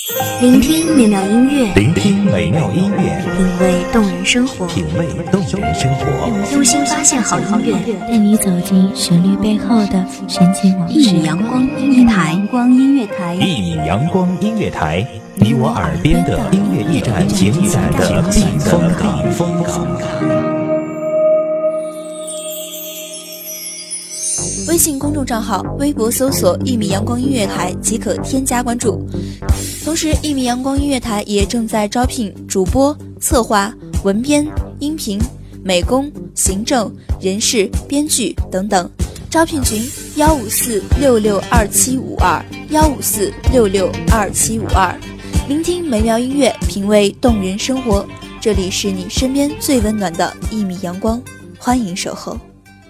聆听美妙音乐， 聆听美妙音乐， 品味动人生活， 品味动人生活， 用心发现好音乐， 带你走进旋律背后的神奇往事。 一米阳光音乐台， 一米阳光音乐台，你我耳边的音乐驿站，情感的避风港。 微信公众账号、微博搜索“一米阳光音乐台”即可添加关注。同时，一米阳光音乐台也正在招聘主播、策划、文编、音频、美工、行政、人事、编剧等等。招聘群154662752，154662752。聆听美妙音乐，品味动人生活。这里是你身边最温暖的一米阳光，欢迎守候。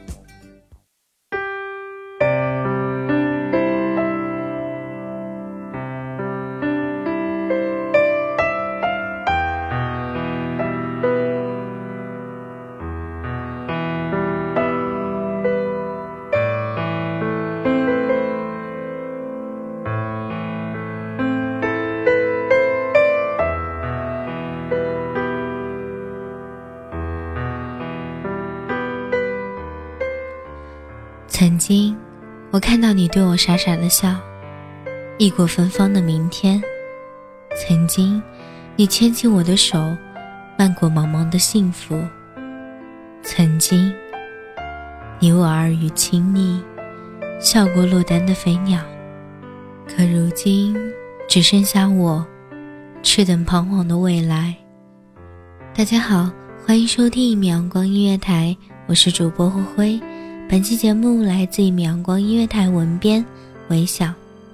曾经我看到你对我傻傻的笑，异国芬芳的明天。曾经你牵起我的手，漫过茫茫的幸福。曾经你我耳语亲昵，笑过落单的飞鸟。可如今只剩下我，赤等彷徨的未来。大家好，欢迎收听一米阳光音乐台，我是主播灰灰。本期节目来自一米阳光音乐台文编微笑。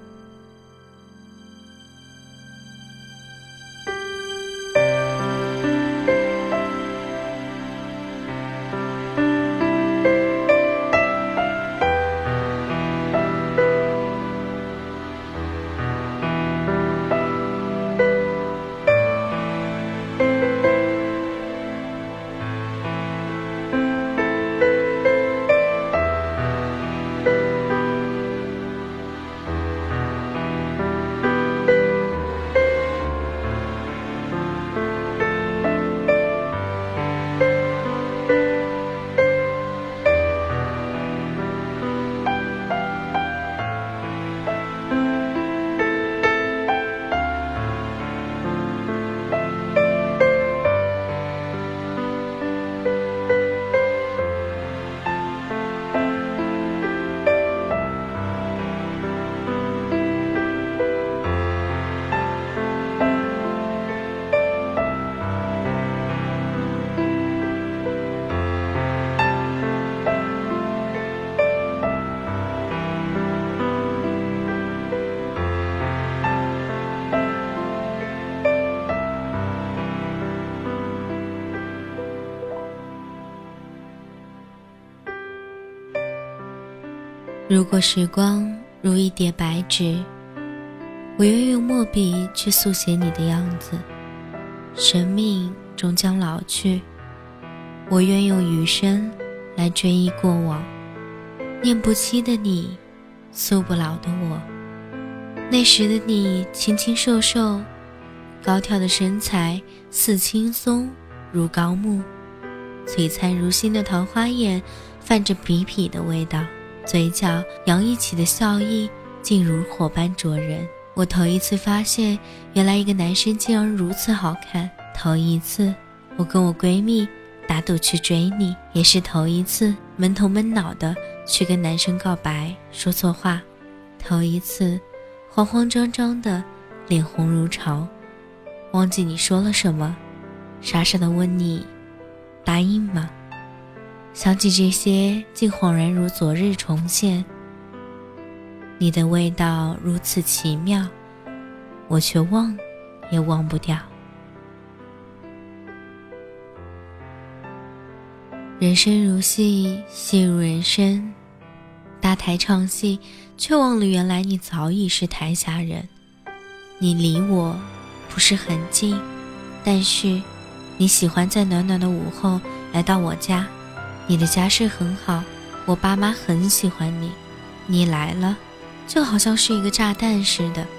如果时光如一叠白纸，我愿用墨笔去速写你的样子。生命终将老去，我愿用余生来追忆过往。念不期的你，素不老的我。那时的你清清瘦瘦，高挑的身材似青松如高木，璀璨如新的桃花眼泛着痞痞的味道，嘴角洋溢起的笑意竟如火般灼人。我头一次发现，原来一个男生竟然如此好看。头一次我跟我闺蜜打赌去追你，也是头一次闷头闷脑的去跟男生告白，说错话。头一次慌慌张张的脸红如潮，忘记你说了什么，傻傻的问你答应吗？想起这些，竟恍然如昨日重现。你的味道如此奇妙，我却忘也忘不掉。人生如戏，戏如人生，搭台唱戏，却忘了原来你早已是台下人。你离我不是很近，但是你喜欢在暖暖的午后来到我家。你的家世很好，我爸妈很喜欢你。你来了，就好像是一个炸弹似的，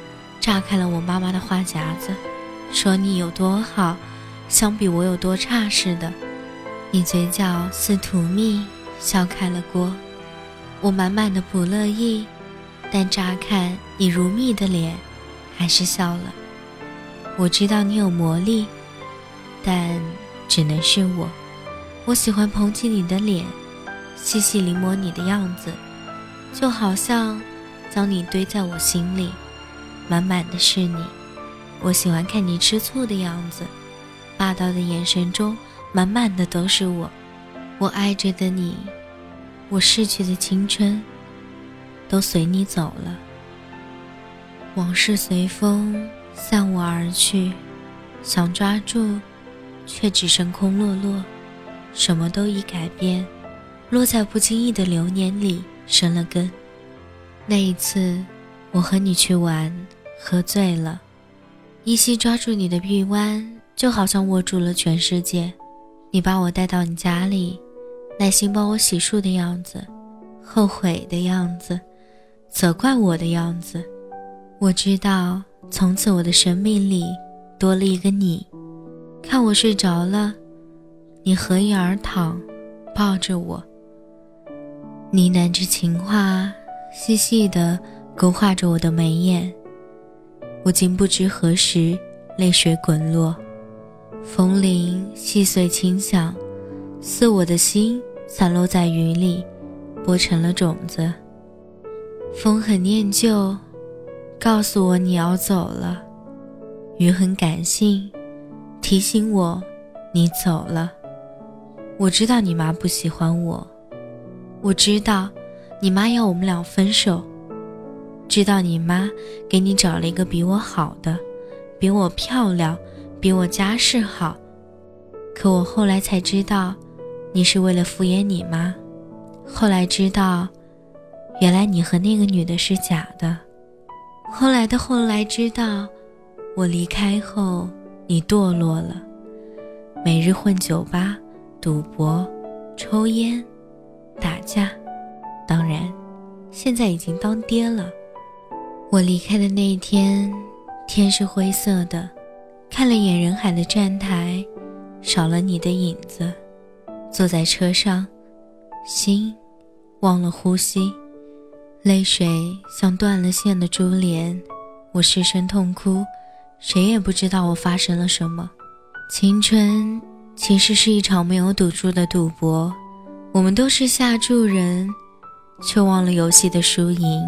炸开了我妈妈的话匣子，说你有多好，相比我有多差似的。你嘴角似吐蜜，笑开了锅。我满满的不乐意，但乍看你如蜜的脸，还是笑了。我知道你有魔力，但只能是我。我喜欢捧起你的脸，细细临摹你的样子，就好像将你堆在我心里，满满的是你。我喜欢看你吃醋的样子，霸道的眼神中满满的都是我。我爱着的你，我逝去的青春都随你走了。往事随风散我而去，想抓住却只剩空落落，什么都已改变，落在不经意的流年里生了根。那一次我和你去玩，喝醉了，依稀抓住你的臂弯，就好像握住了全世界。你把我带到你家里，耐心帮我洗漱的样子，后悔的样子，责怪我的样子。我知道从此我的生命里多了一个你。看我睡着了，你合衣而躺，抱着我，呢喃着情话，细细地勾画着我的眉眼。我竟不知何时泪水滚落，风铃细碎轻响，似我的心散落在雨里，播成了种子。风很念旧，告诉我你要走了。雨很感性，提醒我你走了。我知道你妈不喜欢我，我知道你妈要我们俩分手，知道你妈给你找了一个比我好的，比我漂亮，比我家世好。可我后来才知道，你是为了敷衍你妈。后来知道，原来你和那个女的是假的。后来知道，我离开后你堕落了，每日混酒吧、赌博、抽烟、打架，当然现在已经当爹了。我离开的那一天，天是灰色的，看了眼人海的站台，少了你的影子。坐在车上，心忘了呼吸，泪水像断了线的珠帘。我失声痛哭，谁也不知道我发生了什么。青春其实是一场没有赌注的赌博，我们都是下注人，却忘了游戏的输赢。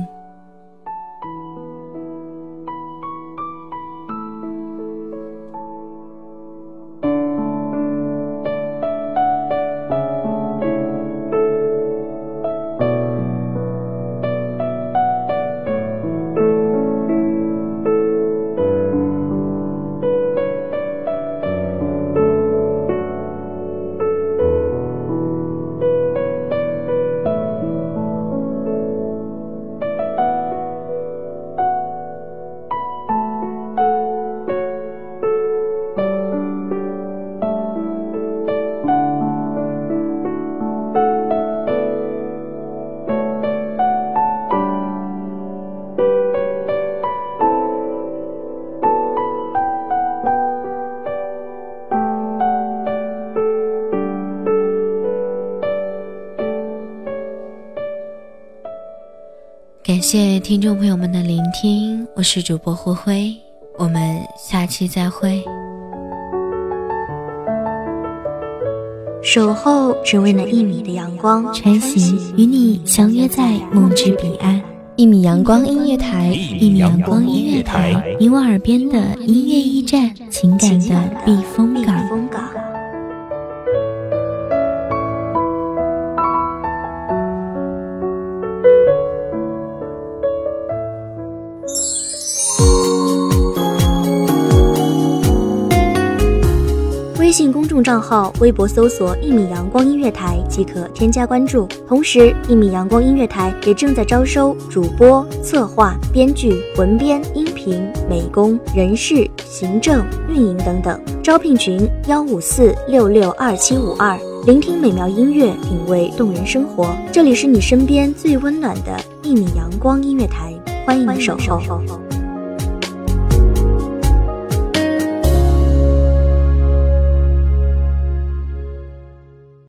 感谢听众朋友们的聆听，我是主播胡辉，我们下期再会。 守候只为那1米的阳光， 穿行与你相约在梦之彼岸。1米阳光音乐台，1米阳光音乐台，你我耳边的音乐驿站，情感的避风港。 微信公众账号、微博搜索1米阳光音乐台即可添加关注。同时，1米阳光音乐台也正在招收主播、策划、编剧、文编、音频、美工、人事、行政、运营等等。招聘群154662752。聆听美妙音乐，品味动人生活。这里是你身边最温暖的1米阳光音乐台，欢迎守候。